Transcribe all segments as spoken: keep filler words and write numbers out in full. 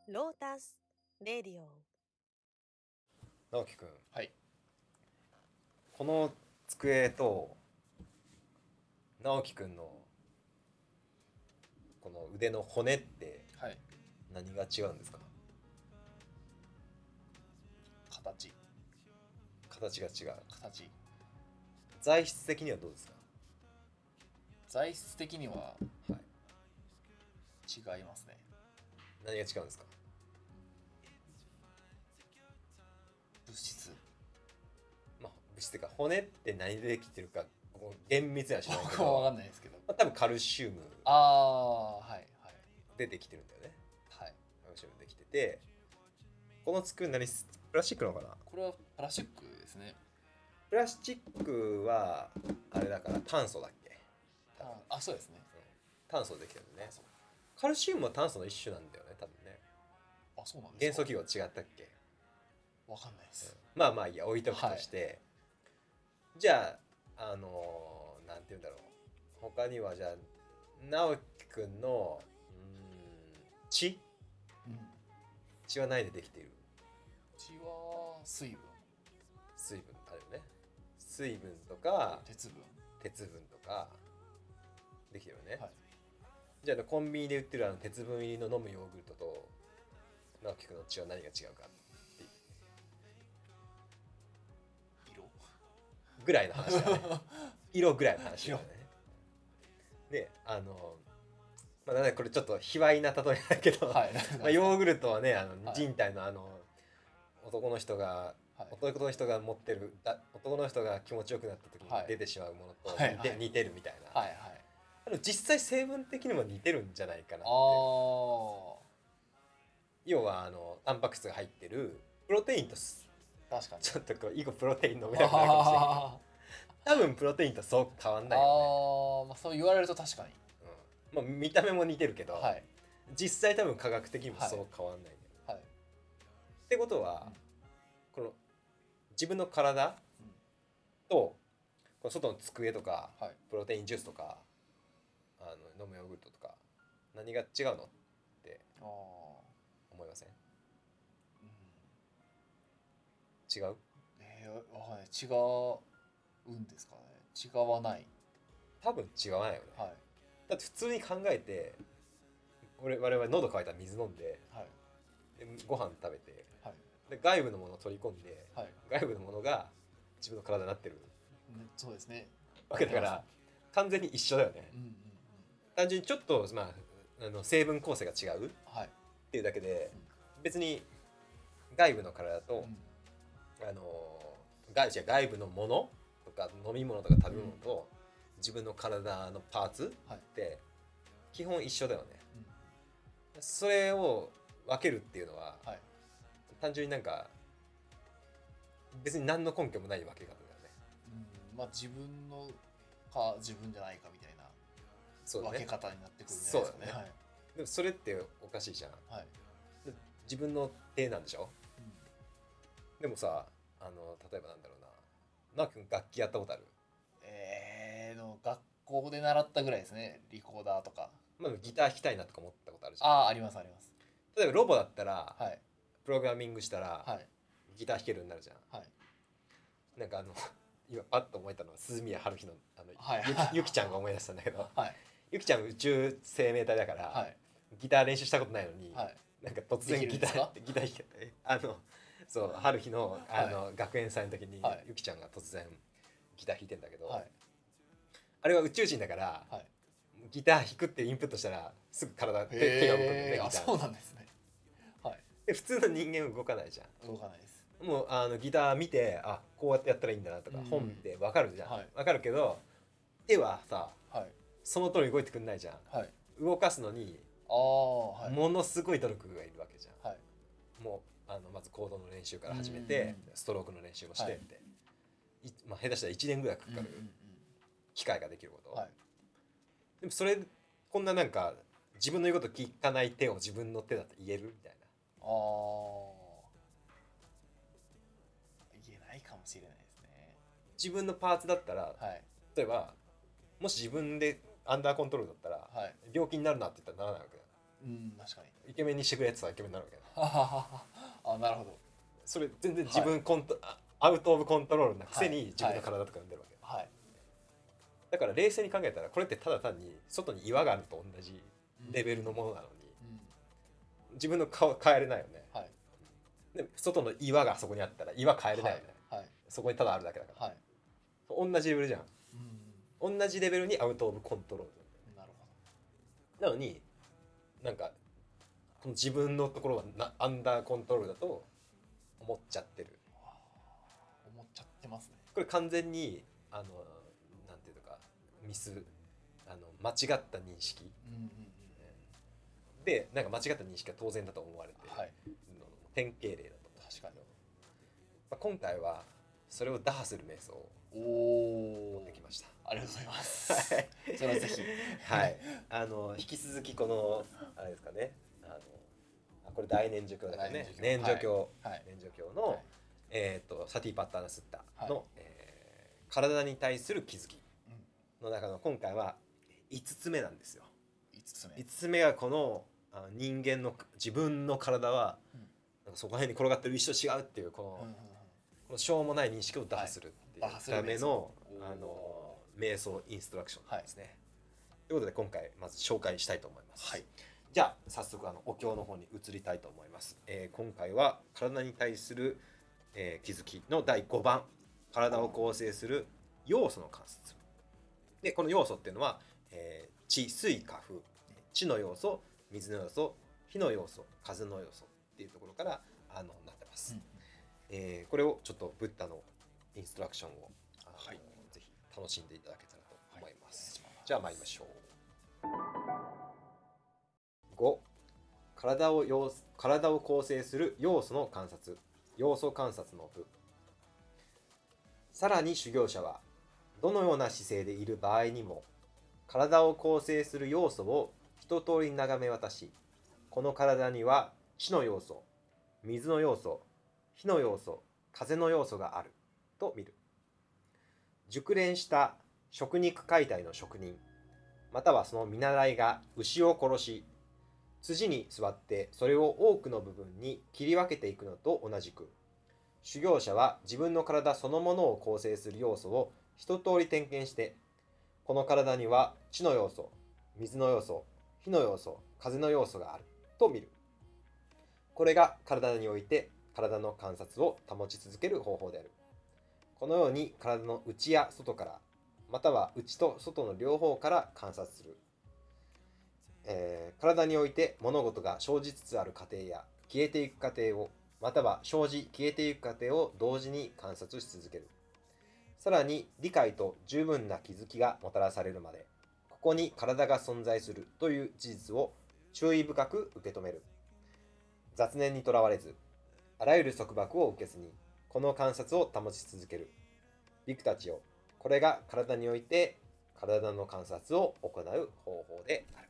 ロータスレディオ。 直樹くん、 はい。 この机と直樹くんのこの腕の骨ってはい。 何が違うんですか？ 形。 形が違う。 形。 材質的にはどうですか？ 材質的にははい。 違いますね。 何が違うんですか？ 物質。 まあ物質っていうか骨って何でできてるかこう厳密には知らないけ僕は分かど、 んないですけど。 まあ、多分カルシウムああ、はいはいでできてるんだよね。 はい。 カルシウムでできてて、この机何プラスチックなのかな？ これはプラスチックですね。 プラスチックはあれだから炭素だっけ？多分あ、そうですね。 うん、炭素でできてるね炭。素。 カルシウムは炭素の一種なんだよね多分ね。 あ、そうなんですか。 元素記号違ったっけ？ わかんないです。 うん、まあまあいいや置いとくとして、はい、じゃああのー、なんて言うんだろう、他にはじゃあ直樹くんのうーん血、 うん、 血は何でできている？ 血は水分。 水分あるよね。水分とか鉄分。 鉄分とかできてるよね、 はい。 じゃあコンビニで売ってるあの鉄分入りの飲むヨーグルトと直樹くんの血は何が違うかって色ぐらいの話だね色ぐらいの話だよね。で、あのまあ、なんかこれちょっと卑猥な例えだけど、はい、まあヨーグルトはね、あの人体のあの男の人が、はい、男の人が持ってるだ男の人が気持ちよくなった時に出てしまうものと似て、はいはい、似てるみたいな、はいはい、あの実際成分的にも似てるんじゃないかなって。あ、要はあのタンパク質が入ってるプロテインと確かにちょっとこう以後プロテイン飲めなくなるかもしれない多分プロテインとそう変わんないよね。あ、まあ、 そう言われると確かに、 うん、まあ、見た目も似てるけど、はい、実際多分科学的にもそう変わんないね、はいはい、ってことは、うん、この自分の体とこの外の机とか、はい、プロテインジュースとかあの飲むヨーグルトとか何が違うのって思いません？うん、違う？ えー、わかんない。違うんですかね。違わない。 多分違わないよね、はい、だって普通に考えて俺我々喉乾いたら水飲んで、はい、でご飯食べて、はい、で外部のものを取り込んで、はい、外部のものが自分の体になってる、 うん、そうですね。 わけだから完全に一緒だよね、うんうんうん、単純にちょっと、まあ、あの成分構成が違うっていうだけで、うん、別に外部の体と、うん、あの外, じゃ外部のものとか飲み物とか食べ物と、うん、自分の体のパーツって基本一緒だよね、うん、それを分けるっていうのは、はい、単純になんか別に何の根拠もない分け方だよね、 うん、まあ自分のか自分じゃないかみたいな分け方になってくるんじゃないですかね。そうだね、はい、 でもそれっておかしいじゃん、はい、自分の手なんでしょ、うん、でもさ、あの例えばなんだろうな、なくん楽器やったことある？ えーの学校で習ったぐらいですね。リコーダーとか、 まあ、ギター弾きたいなとか思ったことあるじゃん。 ああ、ありますあります。 例えばロボだったら、はい、プログラミングしたら、はい、ギター弾けるようになるじゃん、はい、なんかあの今パッと思えたのは鈴宮春日のあの、はい、ゆ, きゆきちゃんが思い出したんだけど、はい、ゆきちゃん宇宙生命体だから、はい、ギター練習したことないのに、はい、なんか突然ギターギター弾けて、あのそう春日のあの、はい、学園祭の時に、はい、ゆきちゃんが突然ギター弾いてんだけど、はい、あれは宇宙人だから、はい、ギター弾くってインプットしたらすぐ体手手が動くんだよね、ギター。あ、 そうなんですね。はい。 で普通の人間動かないじゃん。 動かないです。 もうあのギター見て、あ、こうやってやったらいいんだなとか、本って分かるじゃん、はい、分かるけど手はさ、はい、その通り動いてくんないじゃん、はい、動かすのにあ、はい、ものすごい努力がいるわけじゃん、はい、もうあのまずコードの練習から始めてストロークの練習もしてって、はい、まあ、下手したらいちねんぐらいかかる機械ができること、はい、でもそれこんななんか自分の言うこと聞かない手を自分の手だと言えるみたいな。あ言えないかもしれないですね。 自分のパーツだったら、はい、例えばもし自分でアンダーコントロールだったら、はい、病気になるなって言ったらならないわけだ。 うん確かにイケメンにしてくれって言ったらイケメンになるわけだあなるほどそれ全然自分コント、はい、アウトオブコントロールなくせに自分の体とか読んでるわけ、 はいはい、 だから冷静に考えたらこれってただ単に外に岩があると同じレベルのものなのに、うん、自分の顔変えれないよね、はい、で外の岩がそこにあったら岩変えれないよね、はいはい、そこにただあるだけだから、はい、同じレベルじゃん、うん、同じレベルにアウトオブコントロールなるほどなのになんかこの自分のところはなアンダーコントロールだと思っちゃってる思っちゃってますねこれ完全にあのなんていうかミスあの間違った認識、うんうんうん、でなんか間違った認識が当然だと思われて、はい、典型例だと思うんですけど、まあ、今回はそれを打破する瞑想を持ってきました。 ありがとうございます。はい、それはぜひはいあの引き続きこのあれですかねあのこれ大念処経だね念処経念処経の、はいえー、とサティパッターナスッタの、はいえー、体に対する気づきの中の今回はいつつめなんですよ。 いつつめいつつめがこのあ人間の自分の体は、うん、なんかそこら辺に転がってる一緒違うっていうこの、うんうんうん、このしょうもない認識を打破するっていうための、はい、あの瞑想インストラクションですね、はい、ということで今回まず紹介したいと思います、はい、じゃあ早速あのお経の方に移りたいと思います、えー、今回は体に対する、えー、気づきのだいごばん体を構成する要素の観察でこの要素っていうのは、えー、地水火風地の要素水の要素火の要素風の要素っていうところからあのなってます、うんえー、これをちょっとブッダのインストラクションを、はい、ぜひ楽しんでいただけたらと思います、はい、じゃあ参りましょう。ご体を要体を構成する要素の観察要素観察の部。さらに修行者はどのような姿勢でいる場合にも体を構成する要素を一通り眺め渡しこの体には地の要素水の要素火の要素風の要素があると見る。熟練した食肉解体の職人またはその見習いが牛を殺し辻に座ってそれを多くの部分に切り分けていくのと同じく修行者は自分の体そのものを構成する要素を一通り点検してこの体には地の要素水の要素火の要素風の要素があると見る。これが体において体の観察を保ち続ける方法である。このように体の内や外からまたは内と外の両方から観察する、えー、体において物事が生じつつある過程や消えていく過程をまたは生じ消えていく過程を同時に観察し続ける。さらに理解と十分な気づきがもたらされるまでここに体が存在するという事実を注意深く受け止める。雑念にとらわれずあらゆる束縛を受けずにこの観察を保ち続ける。ビクたちよ、これが体において体の観察を行う方法である。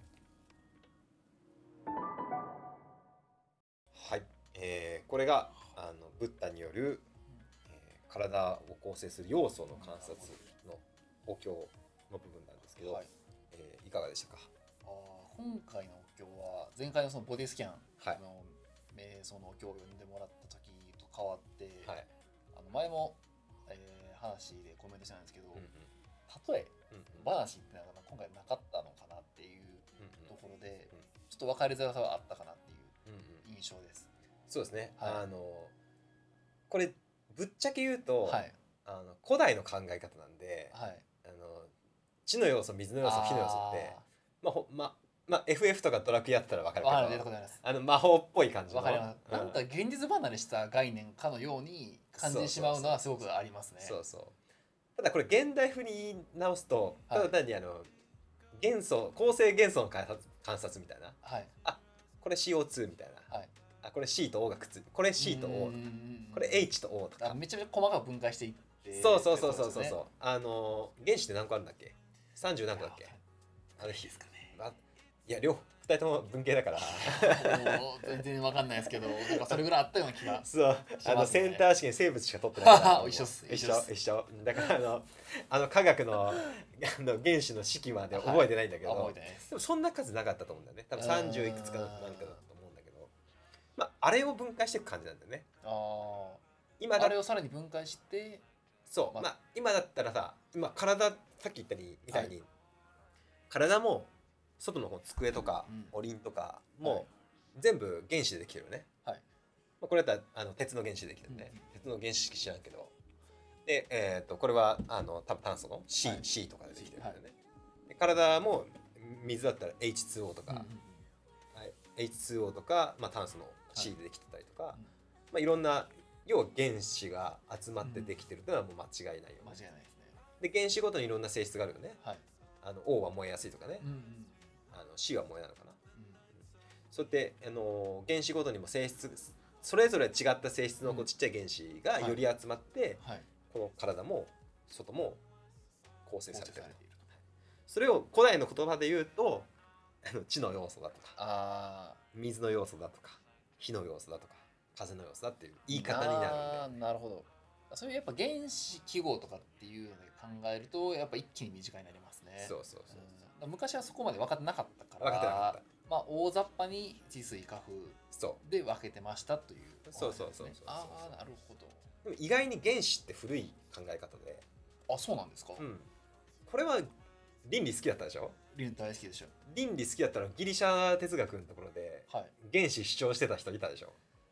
はい、えー、これがあのブッダによる、えー、体を構成する要素の観察のお経の部分なんですけど、はいえー、いかがでしたか。 あ今回のお経は前回のそのボディスキャンの瞑想のお経を読んでもらった時と変わって、はい、あの前も、えー、話でコメントしたんですけど、うんうん、例え話ってのが今回なかったのかなっていうところで、うんうん、ちょっと分かりづらさはあったかなっていう印象です。 うんうん、そうですね、はい、あのこれぶっちゃけ言うと、はい、あの古代の考え方なんで、はい、あの地の要素水の要素火の要素ってまあほままあ、エフエフ とかドラクエやったら分かるけどあの魔法っぽい感じの分かります、うん、なんか現実離れした概念かのように感じてしまうのはすごくありますね。 そうそうただこれ現代風に言い直すとただ単にあの、はい、元素構成元素の観察、観察みたいな、はい、あこれ シーオーツー みたいな、はい、あこれ C と O がくっついてこれ C と O とかこれ H と O とかめちゃめちゃ細かく分解していってそうそうそうそうそうそう、ね、あの原子って何個あるんだっけさんじゅう何個だっけ、 あれいいですかねいや両方ふたりとも文系だからもう全然わかんないですけど、なんかそれぐらいあったような気がそう、あのセンター試験生物しか取ってないから一緒っす一緒一緒だからあのあの科学のあの原子の式まで覚えてないんだけど、 はい、覚えてないです。 でもそんな数なかったと思うんだよね。多分さんじゅういくつかなんかだと思うんだけど、まああれを分解していく感じなんだよね。 あ今あれをさらに分解して、 そう、まあ、まあ、今だったらさ、今体さっき言ったみたいに、はい、体も外の机とか、うん、おりんとかも、はい、全部原子でできてるよね。はい、まあ、これだったらあの鉄の原子でできてるね、うん、鉄の原子式知らんけど、で、えー、とこれはあの多分炭素の C,、はい、C とかでできてるんだよね。はい、で体も水だったら エイチツーオー とか、うんはい、エイチツーオー とか、まあ、炭素の C でできてたりとか、はい、まあ、いろんな要は原子が集まってできてるというのはもう間違いないよね。 間違いないですね。 で原子ごとにいろんな性質があるよね。はい、あの O は燃えやすいとかね、うんうん、あの C は燃えないのかな、うん、そうやってあの原子ごとにも性質それぞれ違った性質のこうちっちゃい原子がより集まって、はいはい、この体も外も構成されている。それを古代の言葉で言うとあの地の要素だとかあ水の要素だとか火の要素だとか風の要素だっていう言い方になるんで。 あなるほど。そういうやっぱ原子記号とかっていうので考えるとやっぱ一気に身近になりますね。 そうそうそうそう、 うん、昔はそこまで分かってなかったから分かってなかった、まあ、大雑把に地水火風で分けてましたという、ね、 そうそうそうそうそう。 ああなるほど。 でも意外に原子って古い考え方で。 あそうなんですか、 うん、これは倫理好きだったでしょ。 倫理大好きでしょ。 倫理好きだったらギリシャ哲学のところで原子主張してた人いたでしょ。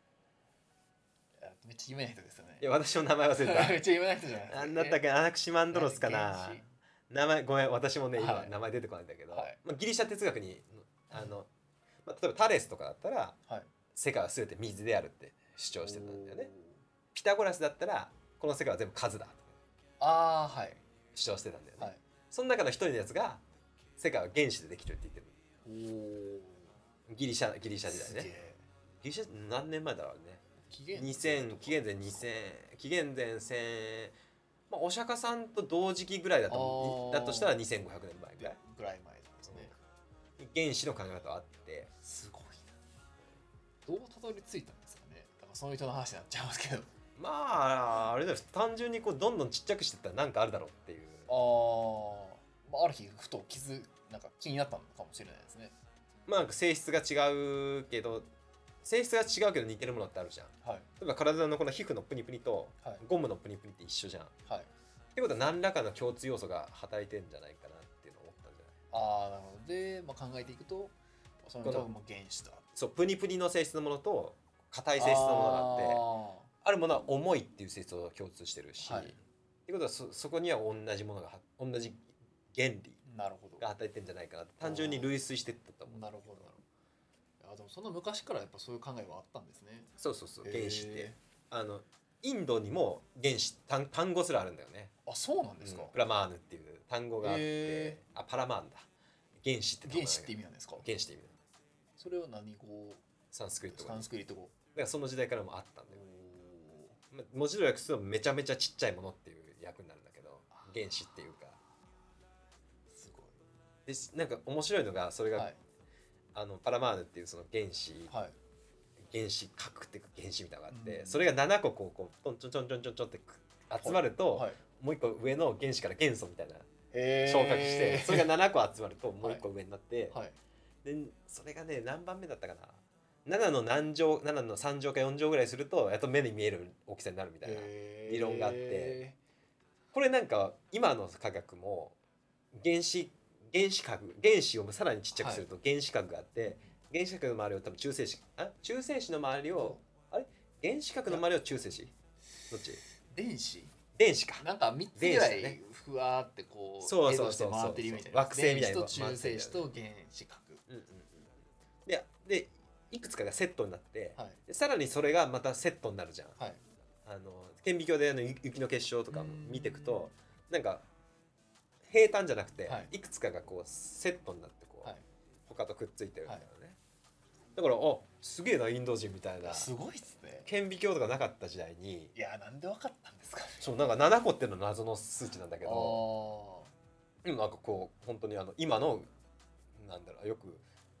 めっちゃ有名な人ですよね。 いや私の名前忘れためっちゃ有名な人じゃないですか。 あんだったっけアナクシマンドロスかな。名前ごめん私もね今、はい、名前出てこないんだけど、はい、まあ、ギリシャ哲学にあの、まあ、例えばタレスとかだったら、はい、世界は全て水であるって主張してたんだよね。ピタゴラスだったらこの世界は全部数だあー、はい、 主張してたんだよね、はい、その中の一人のやつが世界は原子でできてるって言ってる。おギリシャギリシャ時代ね。ギリシャ何年前だろうね。にせん紀元前にせん紀元前せん、まあ、お釈迦さんと同時期ぐらいだとだとしたらにせんごひゃくねんまえぐらいぐらい前ですね、 うん、原子の考え方はあってすごいな。どうたどり着いたんですかね。だからそういう人の話になっちゃいますけどまああれだよ単純にこうどんどんちっちゃくしてったら何かあるだろうっていう。 あ、まあ、ある日ふと気づなんか気になったのかもしれないですね。 まあなんか性質が違うけど性質が違うけど似てるものってあるじゃん、はい、例えば体のこの皮膚のプニプニとゴムのプニプニって一緒じゃん、はい、ってことは何らかの共通要素が働いてるんじゃないかなっていうのを思ったんじゃない。 ああなるほど。で、まあ、考えていくとその原子だ。そうプニプニの性質のものと硬い性質のものがあってあるものは重いっていう性質を共通してるし、はい、ってことは そ, そこには同じものが同じ原理が働いてるんじゃないかなって単純に類推してったと思う。 なるほど。でもその昔からやっぱそういう考えはあったんですね。 そうそうそう。原子ってあのインドにも原子 単, 単語すらあるんだよね。 あそうなんですか、うん、 プラマーヌっていう単語があってあパラマーンだ原子って原子って意味なんですか。 原子って意味だ。 それは何語。 サンスクリット語。 サンスクリット語だからその時代からもあったんだよ。文字通り訳すとめちゃめちゃちっちゃいものっていう訳になるんだけど原子っていうかすごいでなんか面白いのがそれが、はい、あのパラマーヌっていうその原子、はい、原子核っていうか原子みたいなのがあって、うん、それがななここうこうトンチョンチョンチョンチョンチョンって集まると、はいはい、もう一個上の原子から元素みたいな昇格してそれがななこ集まるともう一個上になって、はいはい、でそれがね何番目だったかなななの何乗ななのさん乗かよん乗ぐらいするとやっと目に見える大きさになるみたいな理論があってこれなんか今の科学も原子原子核原子をさらにちっちゃくすると原子核があって、はい、原子核の周りを多分中性子あ中性子の周りをあれ原子核の周りを中性子どっち電子電子かなんかみっつぐらいふわーってこうそうそうそう回ってるイメージ惑星みたいな電子と中性子と原子核、うんうんうん、 ででいくつかがセットになって、はい、でさらにそれがまたセットになるじゃん、はい、あの顕微鏡であの雪の結晶とかも見ていくとなんか平坦じゃなくて、はい、いくつかがこうセットになってこう、はい、他とくっついてるみたいなね、はい、だからあすげえなインド人みたいなすごいっすね顕微鏡とかなかった時代にいやなんで分かったんですかね。 そうなんかななこっていうのは謎の数値なんだけどでもなんかこう本当にあの今のなんだろうよく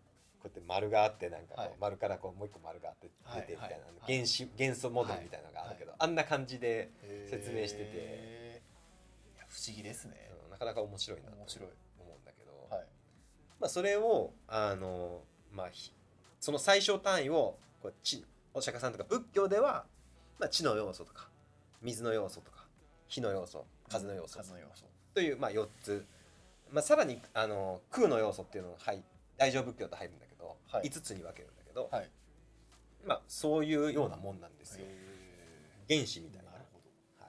うやって丸があってなんかこう、はい、丸からこうもう一個丸があって出てみたいな、はいはい、原子元素モデルみたいなのがあるけど、はい、あんな感じで説明してて、 いや不思議ですね、 うん、なかなか面白いなと思面白いうんだけど、 はい、 まあ、それをあの、まあ、その最小単位をこう地お釈迦さんとか仏教では、まあ、地の要素とか水の要素とか火の要素風の要素、 うん、風の要素という、まあ、よっつ、まあ、さらにあの空の要素っていうのが入大乗仏教と入るんだけど、はい、いつつに分けるんだけど、はい、まあ、そういうようなもんなんですよ、原子みたいな。なるほど、はい、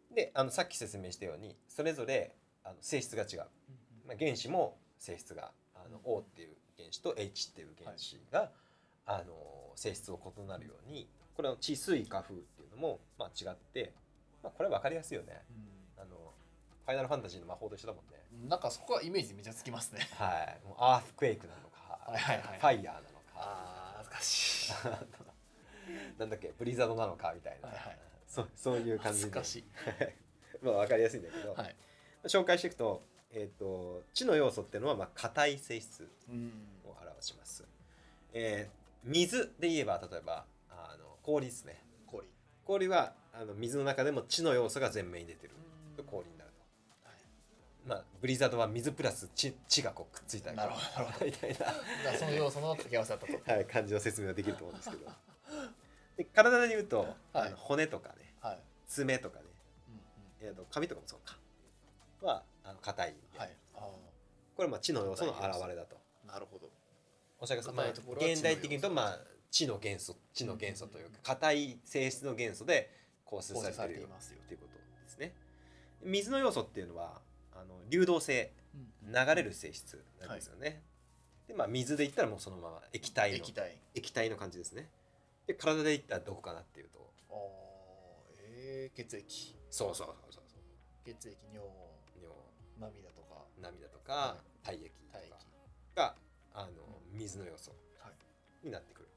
であのさっき説明したようにそれぞれあの性質が違う、まあ、原子も性質があの O っていう原子と H っていう原子が、はい、あの性質を異なるようにこれの地水火風っていうのも、まあ、違って、まあ、これは分かりやすいよね、うん、あのファイナルファンタジーの魔法と一緒だもんね。 なんかそこはイメージめちゃつきますね。 はい、もうアースクエイクなのか、はいはいはい、ファイヤーなのか、 あー懐かしいなんだっけブリザードなのかみたいな、はいはい、そ, そういう感じで懐かしいまあ分かりやすいんだけど、はい、紹介していくと、えーと、地の要素っていうのはまあ硬い性質を表します、うんえー、水で言えば例えばあの氷ですね。 氷氷はあの水の中でも地の要素が前面に出てると氷になると、はいまあ、ブリザードは水プラス 地, 地がこうくっついたりみたいなその要素の掛け合わせだったと、 はい、感じの説明ができると思うんですけどで体で言うと、はい、あの骨とかね、はい、爪とかね、うんうんえー、と髪とかもそうかはあの硬いんで、はい、あこれはまあ地の要素の表れだと。 なるほど。 お釈迦様は現代的に言うとまあ地の元素地の元素というか硬い性質の元素で構成されているよっていうことですね。水の要素っていうのはあの流動性、流れる性質なんですよね、はい、でまあ水で言ったらもうそのまま液体の液体液体の感じですね。で体で言ったらどこかなっていうとあえー、血液そうそうそうそう血液尿尿涙とか涙とか、はい、体液とかがあの水の要素になってくる、はい、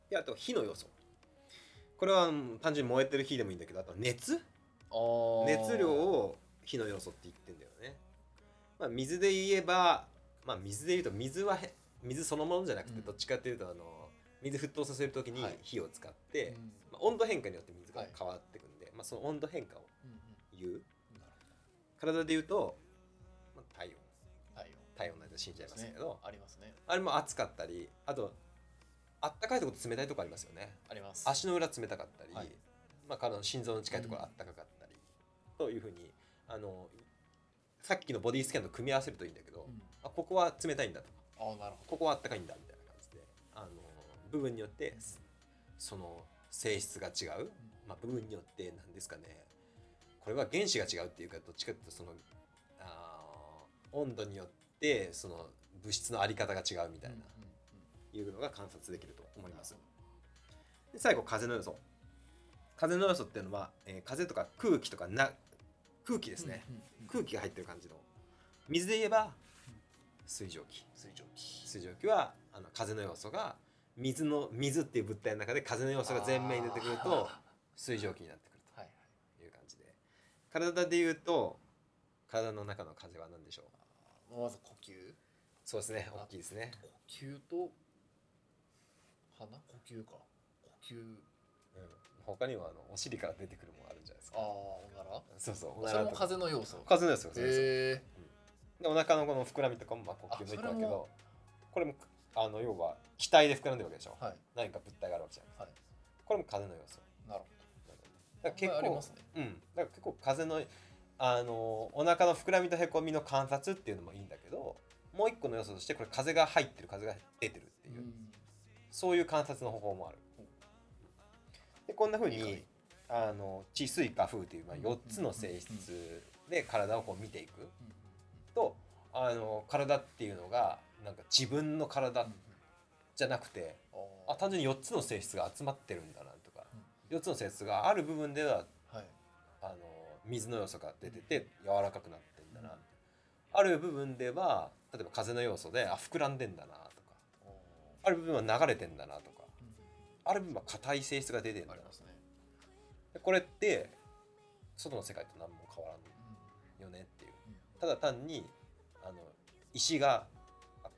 であと火の要素これは単純に燃えてる火でもいいんだけどあと熱熱量を火の要素って言ってんだよね、まあ、水で言えば、まあ、水で言うと水は水そのものじゃなくてどっちかっていうとあの水沸騰させるときに火を使って、はいまあ、温度変化によって水が変わっていくんで、はいまあ、その温度変化を言う、うんうん、体で言うと、まあ、体温体温体温なんて死んじゃいますけど、ね、 ありますね。 あれも熱かったりあとあったかいところと冷たいところありますよね。 あります。 足の裏冷たかったり、はいまあ、体の心臓の近いところあったかかったり、うん、というふうにあのさっきのボディスキャンと組み合わせるといいんだけど、うん、あここは冷たいんだとかあなるほどここはあったかいんだみたいな感じであの部分によってその性質が違う、まあ、部分によって何ですかねこれは原子が違うっていうかどっちかというとそのあ温度によってその物質のあり方が違うみたいな、うん、いうのが観察できると思います。で最後風の要素風の要素っていうのは、えー、風とか空気とかな空気ですね、うんうんうん、空気が入ってる感じの水で言えば水蒸気水蒸気水蒸気はあの風の要素が水の水っていう物体の中で風の要素が前面に出てくると水蒸気になってくるという感じで、体で言うと体の中の風は何でしょう。まず呼吸そうですね大きいですね。 呼吸と鼻呼吸か呼吸、うん、 他にはあのお尻から出てくるものあるんじゃないですか。 ああおならそうそうおならそれも風の要素風の要素です。 へえ、 うん、でお腹のこの膨らみとかもまあ呼吸の一個だけどこれもあの要は気体で膨らんでるわけでしょ、はい、何か物体があるわけじゃないですか、はい、これも風の要素。 なるほど。だから結構ありますね、うん、だから結構風のあのお腹の膨らみとへこみの観察っていうのもいいんだけどもう一個の要素としてこれ風が入ってる風が出てるっていう、うん、そういう観察の方法もある、うん、でこんな風にいいあの地水火風というまあよっつの性質で体をこう見ていくとあの体っていうのがなんか自分の体じゃなくて、うん、あ単純によっつの性質が集まってるんだなとか、うん、よっつの性質がある部分では、はい、あの水の要素が出てて柔らかくなってんだな、うん、ある部分では例えば風の要素であ膨らんでんだなとかある部分は流れてんだなとか、うん、ある部分は硬い性質が出てんだな、ね、これって外の世界と何も変わらんよねっていう、うん、ただ単にあの石が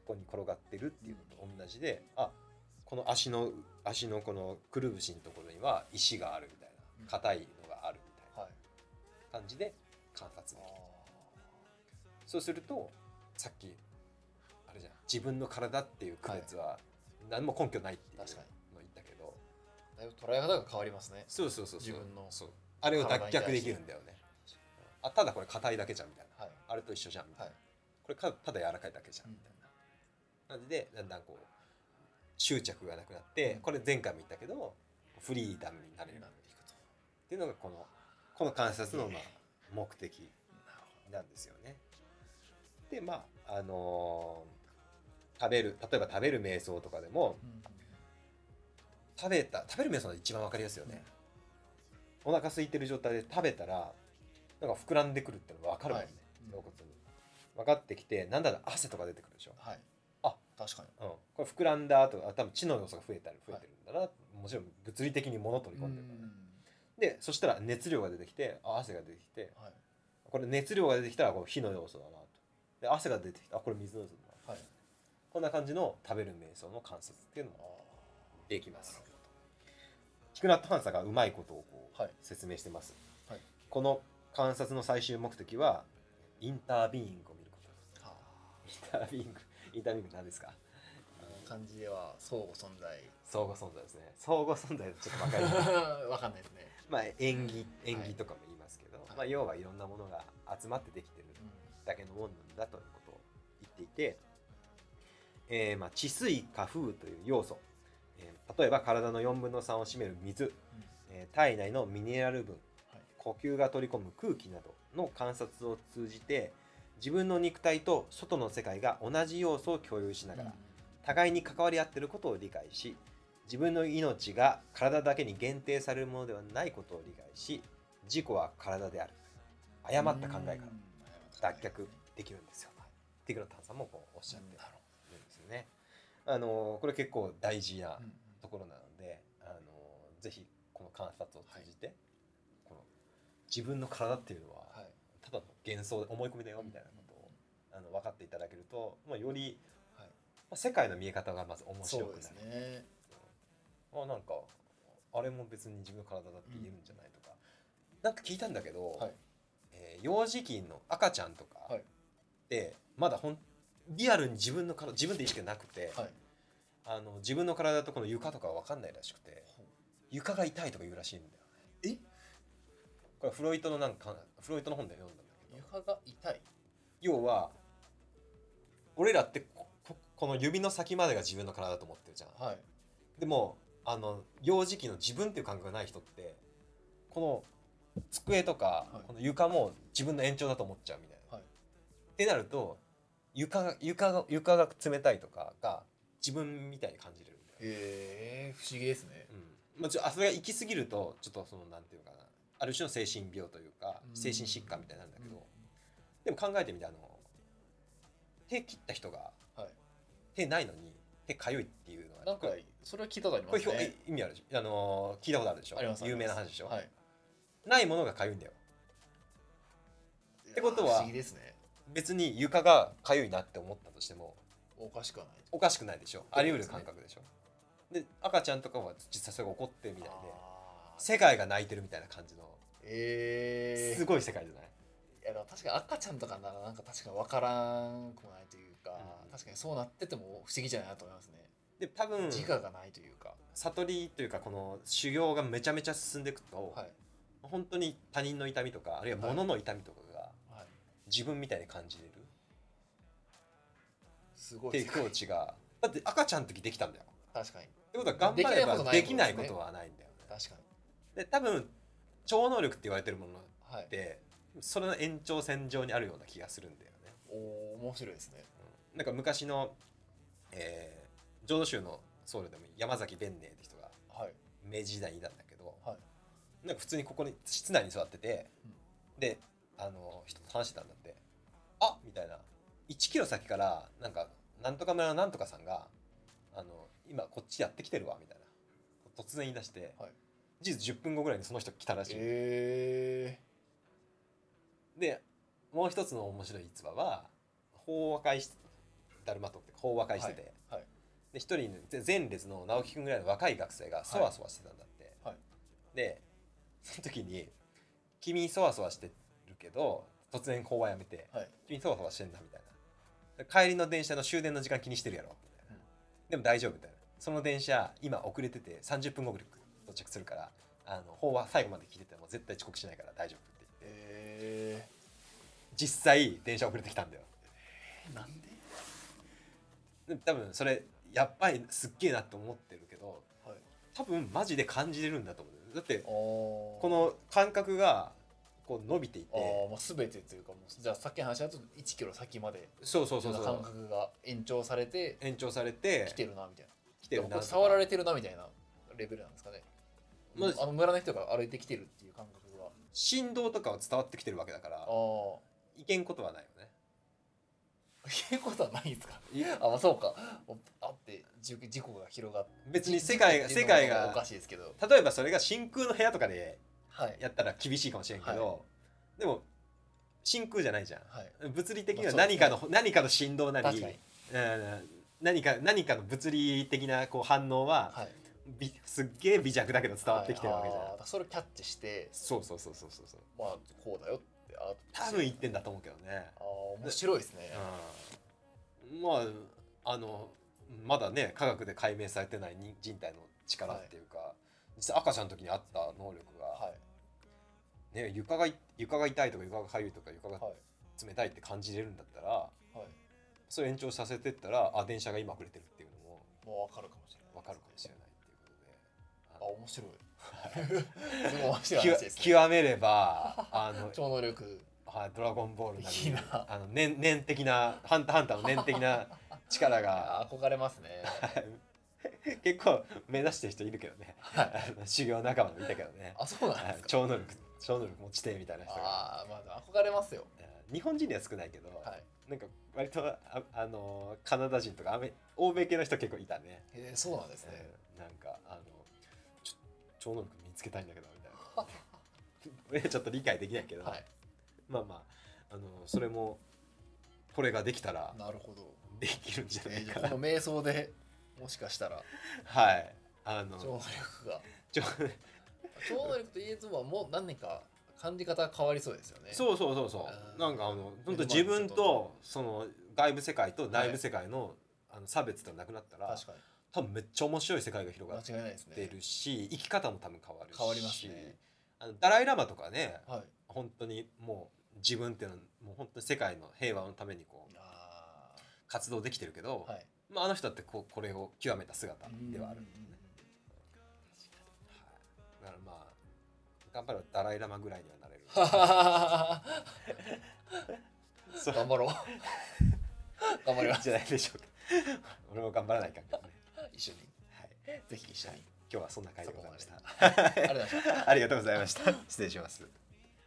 こに転がってるっていうのと同じで、あこの足の足のこのくるぶしのところには石があるみたいな、硬いのがあるみたいな感じで観察できる。そうするとさっきあれじゃん、自分の体っていう区別は何も根拠ないっていうのを言ったけど、 だいぶ捉え方が変わりますね。 そうそうそうそう、 自分のそうあれを脱却できるんだよね。あただこれ硬いだけじゃんみたいな、はい、あれと一緒じゃんみたいな、はい、これただ柔らかいだけじゃんみたいな感じで、だんだんこう執着がなくなって、これ前回も言ったけどフリーダムになれるっていうのがこのこの観察のまあ目的なんですよね。でまああのー、食べる例えば食べる瞑想とかでも、うん、食べた食べる瞑想が一番わかりやすいよね、うん、お腹空いてる状態で食べたらなんか膨らんでくるってのが分かるもんね、はい、うん、分かってきて、なんだろう汗とか出てくるでしょ、はい、あ確かに、 うん、これ膨らんだ後多分血の要素が増えたり増えてるんだな、はい、もちろん物理的に物を取り込んでるから、ね、でそしたら熱量が出てきて、あ汗が出てきて、はい、これ熱量が出てきたらこれ火の要素だなと、で汗が出てきたらこれ水の要素だな、はい、こんな感じの食べる瞑想の観察っていうのもできます。キクナット・ハンサがうまいことをこう、はい、説明してます、はい、この観察の最終目的はインタービーイングを見ることです、はあ、インタービーイングインタービーイング何ですか？ 漢字では相互存在。 相互存在ですね。相互存在ちょっと分かります分かんないですね。 まあ縁起縁起とかも言いますけど、はい、まあ、要はいろんなものが集まってできてるだけのもんなんだということを言っていて、えー、まあ地水火風という要素、えー、例えば体のよんぶんのさんを占める水、うん、えー、体内のミネラル分、はい、呼吸が取り込む空気などの観察を通じて、自分の肉体と外の世界が同じ要素を共有しながら、うん、互いに関わり合っていることを理解し、自分の命が体だけに限定されるものではないことを理解し、自己は体である、誤った考えから脱却できるんですよ。ティグラタンさんもこうおっしゃってるんですよね。あのこれ結構大事なところなので、あのぜひこの観察を通じて、はい、この自分の体っていうのはただの幻想で思い込みだよみたいなことを、あの分かっていただけると、まあ、より、はい、まあ、世界の見え方がまず面白くなる。そうですね。うん、あなんかあれも別に自分の体だって言えるんじゃないとか、うん、なんか聞いたんだけど、はい、えー、幼児期の赤ちゃんとかで、はい、まだほんリアルに自分の体自分で意識がなくて、はい、あの自分の体とこの床とかは分かんないらしくて、床が痛いとか言うらしいんだよね。えこれフロイトのなんかフロイトの本で読んだんだけど、 床が痛い、 要は俺らってこ、この指の先までが自分の体だと思ってるじゃん、はい、でもあの幼児期の自分っていう感覚がない人ってこの机とか、はい、この床も自分の延長だと思っちゃうみたいな、はい、ってなると床が床が床が冷たいとかが自分みたいに感じれるんだよ。 へえ、不思議ですね。 うん、まあ、ちょあそれが行き過ぎるとちょっとそのなんていうかな、ある種の精神病というか精神疾患みたいなんだけど、うん、でも考えてみて、あの手切った人が、はい、手ないのに手かゆいっていうのはなんかそれは聞いたことありますね。 これ意味あるでしょ、あの聞いたことあるでしょ、 あります、 有名な話でしょ、 はい、 ないものがかゆいんだよ。ってことは不思議ですね。 別に床がかゆいなって思ったとしてもおかしくはない、 おかしくないでしょ、あり得る感覚でしょ。で赤ちゃんとかは実際それが起こってるみたいで、世界が泣いてるみたいな感じの、えー、すごい世界じゃない？ いやでも確かに赤ちゃんとかならなんか確かに分からんくもないというか、うん、確かにそうなってても不思議じゃないなと思いますね。 で多分自我がないというか悟りというかこの修行がめちゃめちゃ進んでいくと、はい、本当に他人の痛みとかあるいは物の痛みとかが自分みたいに感じれる、 すごいっていう境地が、だって赤ちゃんの時できたんだよ。 確かに。 ってことは頑張ればできないことはないんだよね。 確かに。 で多分超能力って言われてるものって、はい、それの延長線上にあるような気がするんだよね。 おー面白いですね。 うん、なんか昔の、えー、浄土宗の僧侶でも山崎弁寧って人が明治時代にいたんだけど、はい、なんか普通にここに室内に座ってて、うん、であの人と話してたんだって。あみたいな、いちキロ先からなんかなんとか村のなんとかさんがあの今こっちやってきてるわみたいな突然言い出して、はい、事実じゅっぷんごぐらいにその人来たらしい。へー。でもう一つの面白い逸話は法和会だるまとって法話会してて、 はいはい、 で一人前列の直樹くんぐらいの若い学生がそわそわしてたんだって、はい、でその時に「君そわそわしてるけど突然法話やめて、はい、君そわそわしてんだ」みたいな「帰りの電車の終電の時間気にしてるやろ」みたいな、うん、でも大丈夫みたいな、その電車今遅れててさんじゅっぷんごに到着するからあの法話最後まで聞いてても絶対遅刻しないから大丈夫って言って、えー、実際電車遅れてきたんだよ。 えー、なんで多分それやっぱりすっげえなと思ってるけど、はい、多分マジで感じれるんだと思う。だってこの感覚がこう伸びていて、 あもう全てというかもうじゃあさっきの話だといちキロ先までそうそうそうそう感覚が延長されて延長されて来てるなみたいな、 来てるな触られてるなみたいなレベルなんですかね。まあ、あの村の人が歩いてきてるっていう感覚が振動とかは伝わってきてるわけだからいけんことはないよね。 いけんことはないんですか。あ、まあそうか。あって事故が広がって別に世界が世界がおかしいですけど、 例えばそれが真空の部屋とかでやったら厳しいかもしれんけど、はい、でも真空じゃないじゃん、はい、物理的には何かの、まあね、何かの振動なり、うん、何か何かの物理的なこう反応は、はい、すっげえ微弱だけど伝わってきてるわけじゃん、はい、 それをキャッチしてそうそうそうそうそうそうまあこうだよってあ多分言ってんだと思うけどね。 あ面白いですね、 うん、まああのまだね科学で解明されてない人体の力っていうか、はい、実際赤ちゃんの時にあった能力が、はいね、床が床が痛いとか床が痒いとか床が冷たいって感じれるんだったら、はい、それ延長させてったらあ電車が今遅れてるっていうのももう分かるかもしれない、 分かるかもしれないっていうことで、 あ面白いすごい面白い話ですね。 極めればあの超能力、 はい、ドラゴンボールなりいいなあの 念, 念的なハンターハンターの念的な力が憧れますね結構目指してる人いるけどね、はい、修行仲間もいたけどね。 あそうなんですか。 超能力超能力持ちてみたいな人があ、まあ、憧れますよ。 日本人には少ないけど、はい、なんか割と あ, あのカナダ人とかアメ欧米系の人結構いたね。 へえそうなんですね、 うん、なんかあのちょ超能力身につけたいんだけどみたいな俺ちょっと理解できないけど、はい、まあまああのそれもこれができたらなるほどできるんじゃないかな、 えー、この瞑想でもしかしたらはいあの超能力が超能力といえずはもう何年か感じ方変わりそうですよね。 そうそうそうそうなんかあの本当自分とその外部世界と内部世界の、はい、あの差別がなくなったら確かに多分めっちゃ面白い世界が広がってるし、 間違いないですね、 生き方も多分変わるし変わりますね。 あのダライラマとかね、 はい、 本当にもう自分っていうのはもう本当に世界の平和のためにこう活動できてるけど、はい、まあ、あの人だってここれを極めた姿ではあるんですね。だからまあ頑張ればダライラマぐらいにはなれる頑張ろう頑張りますじゃないでしょうか俺も頑張らないかんけどね一緒に、はい、ぜひ一緒に、はい、 今日はそんな回でございましたありがとうございました失礼します。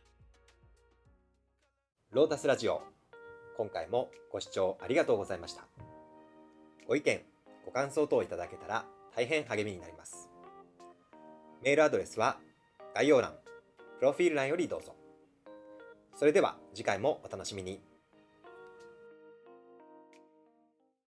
ロータスラジオ、今回もご視聴ありがとうございました。ご意見ご感想等いただけたら大変励みになります。メールアドレスは概要欄プロフィール欄よりどうぞ。それでは次回もお楽しみに。